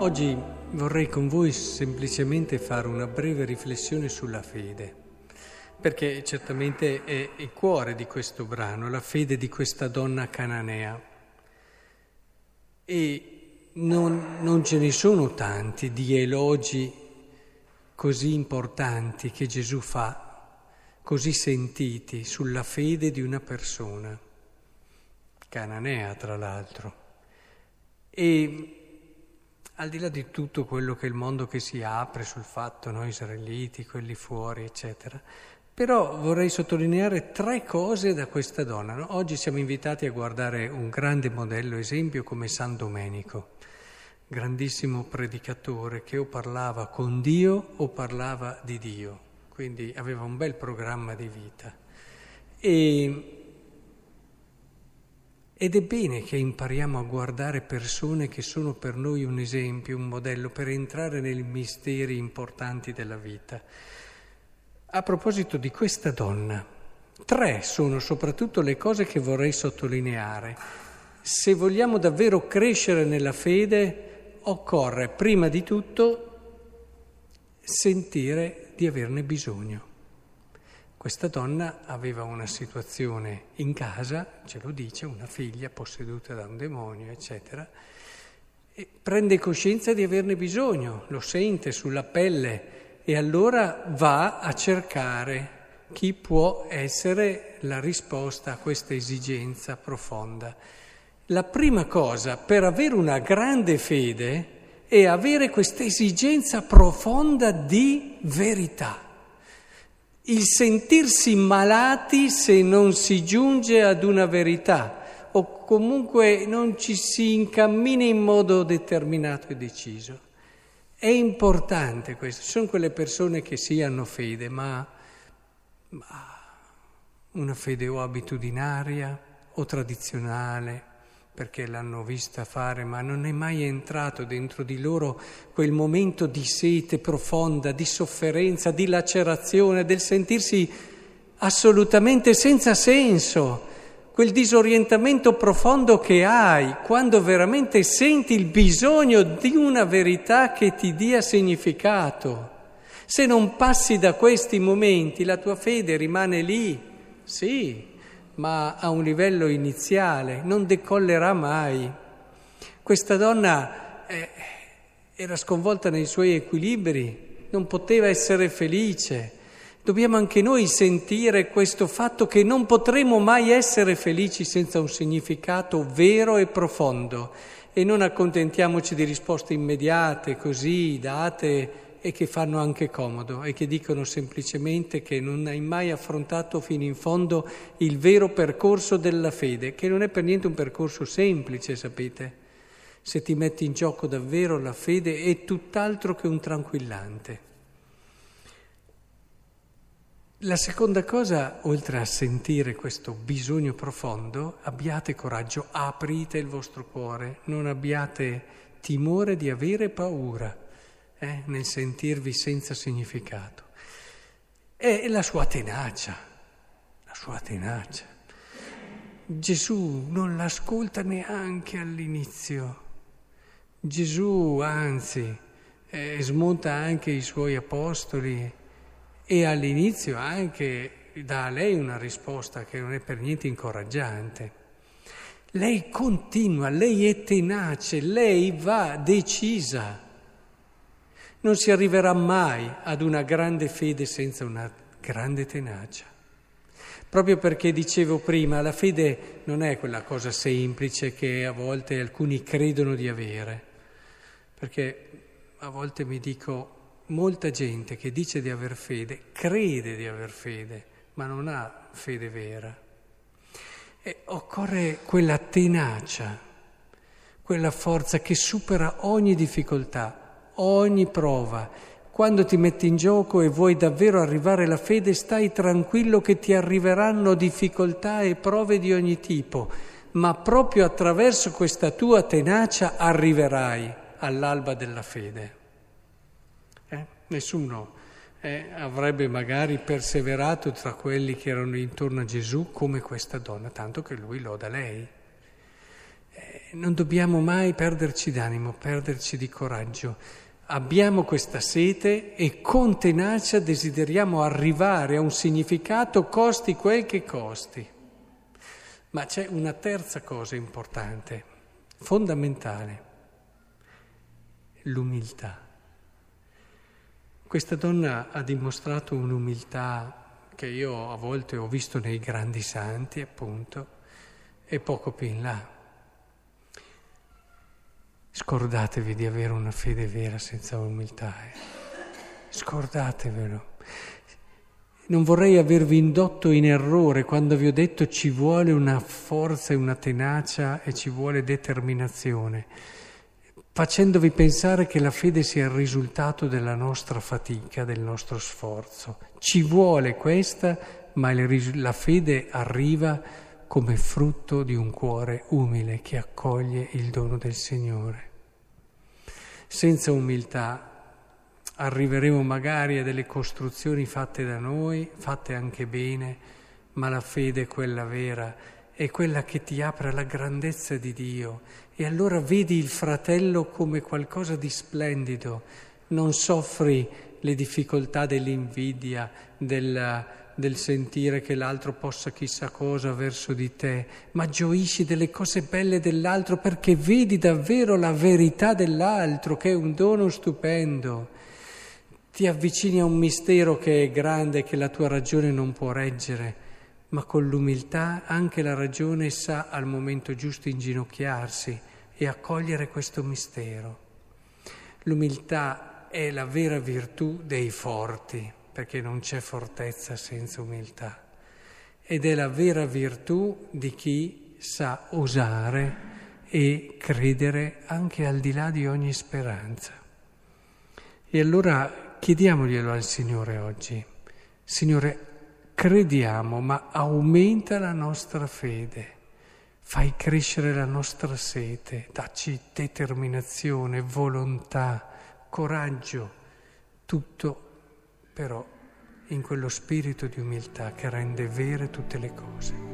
Oggi vorrei con voi semplicemente fare una breve riflessione sulla fede, perché certamente è il cuore di questo brano, la fede di questa donna cananea. E non ce ne sono tanti di elogi così importanti che Gesù fa, così sentiti, sulla fede di una persona, cananea tra l'altro. E al di là di tutto quello che è il mondo che si apre sul fatto, noi israeliti, quelli fuori, eccetera, però vorrei sottolineare tre cose da questa donna. No? Oggi siamo invitati a guardare un grande modello, esempio come San Domenico, grandissimo predicatore che o parlava con Dio o parlava di Dio, quindi aveva un bel programma di vita. Ed è bene che impariamo a guardare persone che sono per noi un esempio, un modello, per entrare nei misteri importanti della vita. A proposito di questa donna, tre sono soprattutto le cose che vorrei sottolineare. Se vogliamo davvero crescere nella fede, occorre prima di tutto sentire di averne bisogno. Questa donna aveva una situazione in casa, ce lo dice, una figlia posseduta da un demonio, eccetera, e prende coscienza di averne bisogno, lo sente sulla pelle e allora va a cercare chi può essere la risposta a questa esigenza profonda. La prima cosa per avere una grande fede è avere questa esigenza profonda di verità. Il sentirsi malati se non si giunge ad una verità o comunque non ci si incammina in modo determinato e deciso. È importante questo. Ci sono quelle persone che sì hanno fede, ma una fede o abitudinaria o tradizionale, perché l'hanno vista fare, ma non è mai entrato dentro di loro quel momento di sete profonda, di sofferenza, di lacerazione, del sentirsi assolutamente senza senso, quel disorientamento profondo che hai quando veramente senti il bisogno di una verità che ti dia significato. Se non passi da questi momenti, la tua fede rimane lì, sì, ma a un livello iniziale, non decollerà mai. Questa donna era sconvolta nei suoi equilibri, non poteva essere felice. Dobbiamo anche noi sentire questo fatto che non potremo mai essere felici senza un significato vero e profondo e non accontentiamoci di risposte immediate, così date e che fanno anche comodo e che dicono semplicemente che non hai mai affrontato fino in fondo il vero percorso della fede, che non è per niente un percorso semplice, sapete? Se ti metti in gioco davvero la fede è tutt'altro che un tranquillante. La seconda cosa, oltre a sentire questo bisogno profondo, abbiate coraggio, aprite il vostro cuore, non abbiate timore di avere paura. Nel sentirvi senza significato. È la sua tenacia. Gesù non l'ascolta neanche all'inizio. Gesù, anzi, smonta anche i suoi apostoli e all'inizio anche dà a lei una risposta che non è per niente incoraggiante. Lei continua, lei è tenace, lei va decisa. Non si arriverà mai ad una grande fede senza una grande tenacia. Proprio perché dicevo prima, la fede non è quella cosa semplice che a volte alcuni credono di avere. Perché a volte mi dico, molta gente che dice di aver fede, crede di aver fede, ma non ha fede vera. E occorre quella tenacia, quella forza che supera ogni difficoltà, ogni prova. Quando ti metti in gioco e vuoi davvero arrivare alla fede, stai tranquillo che ti arriveranno difficoltà e prove di ogni tipo, ma proprio attraverso questa tua tenacia arriverai all'alba della fede. Nessuno avrebbe magari perseverato tra quelli che erano intorno a Gesù come questa donna, tanto che lui loda lei. Non dobbiamo mai perderci d'animo, perderci di coraggio. Abbiamo questa sete e con tenacia desideriamo arrivare a un significato, costi quel che costi. Ma c'è una terza cosa importante, fondamentale, l'umiltà. Questa donna ha dimostrato un'umiltà che io a volte ho visto nei grandi santi, appunto, e poco più in là. Scordatevi di avere una fede vera senza umiltà. Scordatevelo. Non vorrei avervi indotto in errore quando vi ho detto ci vuole una forza e una tenacia e ci vuole determinazione, facendovi pensare che la fede sia il risultato della nostra fatica, del nostro sforzo. Ci vuole questa, ma la fede arriva come frutto di un cuore umile che accoglie il dono del Signore. Senza umiltà arriveremo magari a delle costruzioni fatte da noi, fatte anche bene, ma la fede, quella vera, è quella che ti apre alla grandezza di Dio e allora vedi il fratello come qualcosa di splendido, non soffri le difficoltà dell'invidia, del sentire che l'altro possa chissà cosa verso di te, ma gioisci delle cose belle dell'altro perché vedi davvero la verità dell'altro, che è un dono stupendo. Ti avvicini a un mistero che è grande, che la tua ragione non può reggere, ma con l'umiltà anche la ragione sa al momento giusto inginocchiarsi e accogliere questo mistero. L'umiltà è la vera virtù dei forti, perché non c'è fortezza senza umiltà, ed è la vera virtù di chi sa osare e credere anche al di là di ogni speranza. E allora chiediamoglielo al Signore oggi. Signore, crediamo, ma aumenta la nostra fede, fai crescere la nostra sete, dacci determinazione, volontà, coraggio, tutto però in quello spirito di umiltà che rende vere tutte le cose.